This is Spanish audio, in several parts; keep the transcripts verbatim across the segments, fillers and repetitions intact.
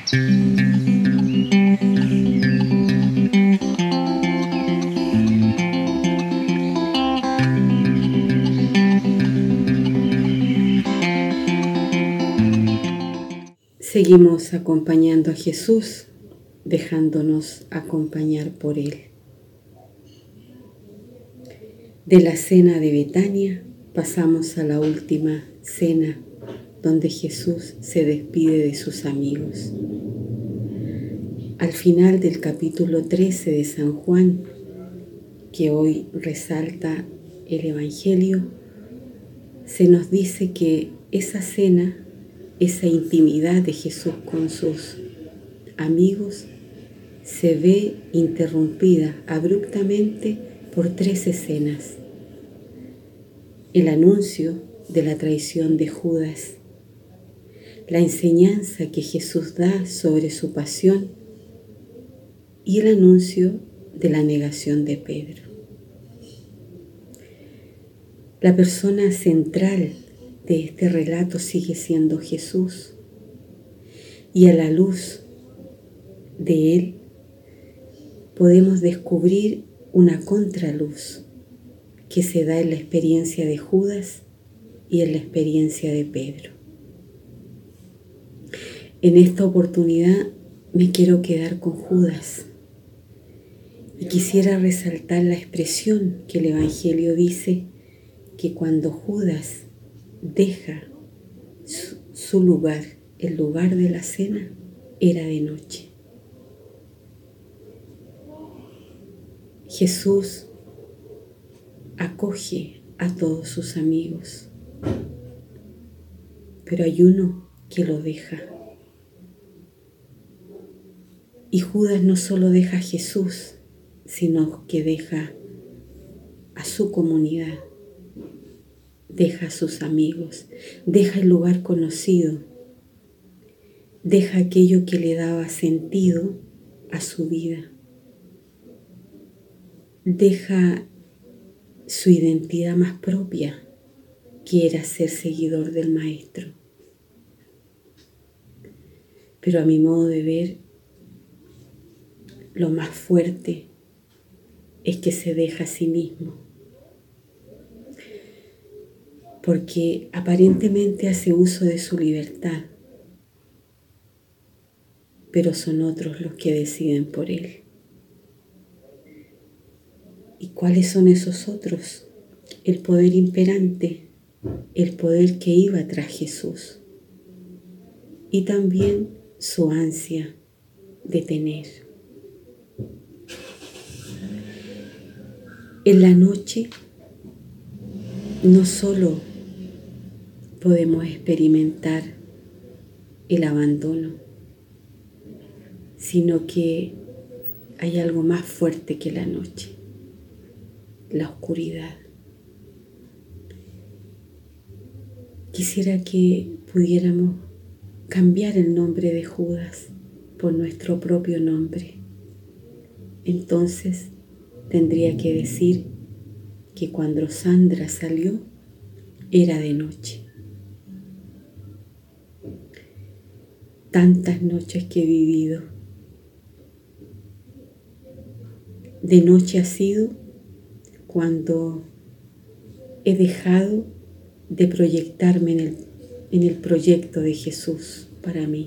Seguimos acompañando a Jesús, dejándonos acompañar por Él. De la cena de Betania pasamos a la última cena, donde Jesús se despide de sus amigos. Al final del capítulo trece de San Juan, que hoy resalta el Evangelio, se nos dice que esa cena, esa intimidad de Jesús con sus amigos, se ve interrumpida abruptamente por tres escenas. El anuncio de la traición de Judas, la enseñanza que Jesús da sobre su pasión y el anuncio de la negación de Pedro. La persona central de este relato sigue siendo Jesús, y a la luz de Él podemos descubrir una contraluz que se da en la experiencia de Judas y en la experiencia de Pedro. En esta oportunidad me quiero quedar con Judas y quisiera resaltar la expresión que el Evangelio dice que cuando Judas deja su, su lugar, el lugar de la cena, era de noche. Jesús acoge a todos sus amigos, pero hay uno que lo deja. Y Judas no solo deja a Jesús, sino que deja a su comunidad, deja a sus amigos, deja el lugar conocido, deja aquello que le daba sentido a su vida, deja su identidad más propia, que era ser seguidor del Maestro. Pero a mi modo de ver, lo más fuerte es que se deja a sí mismo, porque aparentemente hace uso de su libertad, pero son otros los que deciden por él. ¿Y cuáles son esos otros? El poder imperante, el poder que iba tras Jesús, y también su ansia de tener. En la noche no solo podemos experimentar el abandono, sino que hay algo más fuerte que la noche, la oscuridad. Quisiera que pudiéramos cambiar el nombre de Judas por nuestro propio nombre. Entonces tendría que decir que cuando Sandra salió era de noche. Tantas noches que he vivido. De noche ha sido cuando he dejado de proyectarme en el, en el proyecto de Jesús para mí.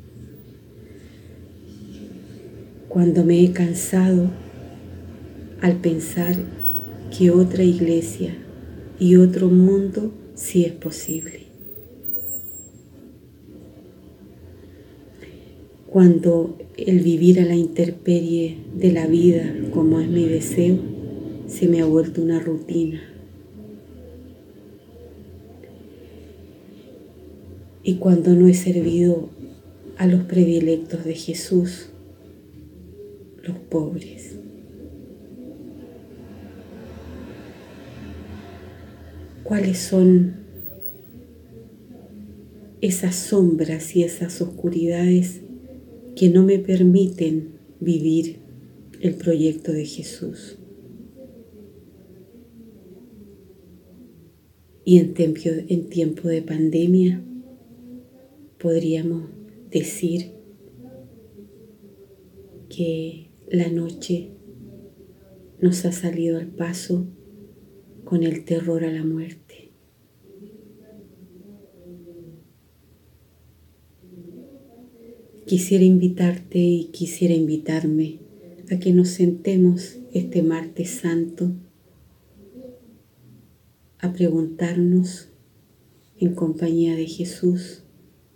Cuando me he cansado al pensar que otra iglesia y otro mundo sí es posible. Cuando el vivir a la intemperie de la vida, como es mi deseo, se me ha vuelto una rutina. Y cuando no he servido a los predilectos de Jesús, los pobres. ¿Cuáles son esas sombras y esas oscuridades que no me permiten vivir el proyecto de Jesús? Y en tiempo, en tiempo de pandemia podríamos decir que la noche nos ha salido al paso con el terror a la muerte. Quisiera invitarte y quisiera invitarme a que nos sentemos este martes santo a preguntarnos en compañía de Jesús,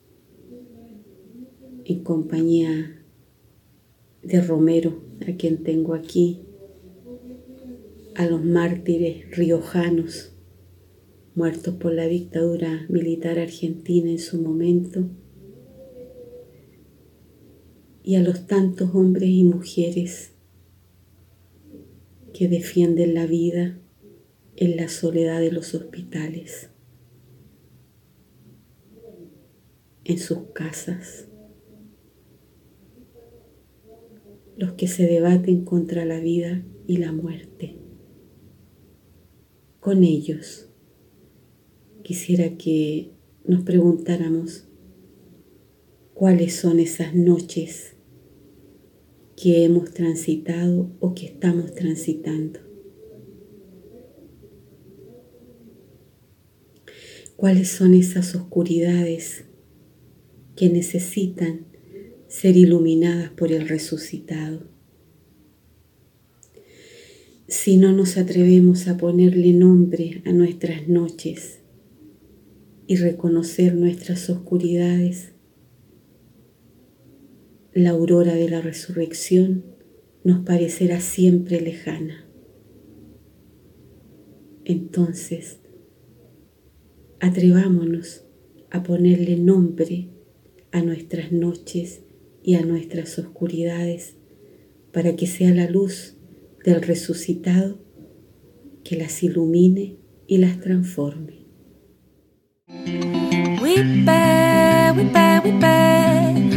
en compañía de Romero, a quien tengo aquí, a los mártires riojanos muertos por la dictadura militar argentina en su momento, y a los tantos hombres y mujeres que defienden la vida en la soledad de los hospitales, en sus casas, los que se debaten contra la vida y la muerte. Con ellos quisiera que nos preguntáramos cuáles son esas noches que hemos transitado o que estamos transitando. ¿Cuáles son esas oscuridades que necesitan ser iluminadas por el resucitado? Si no nos atrevemos a ponerle nombre a nuestras noches y reconocer nuestras oscuridades, la aurora de la resurrección nos parecerá siempre lejana. Entonces, atrevámonos a ponerle nombre a nuestras noches y a nuestras oscuridades para que sea la luz del resucitado que las ilumine y las transforme. We bear, we bear, we bear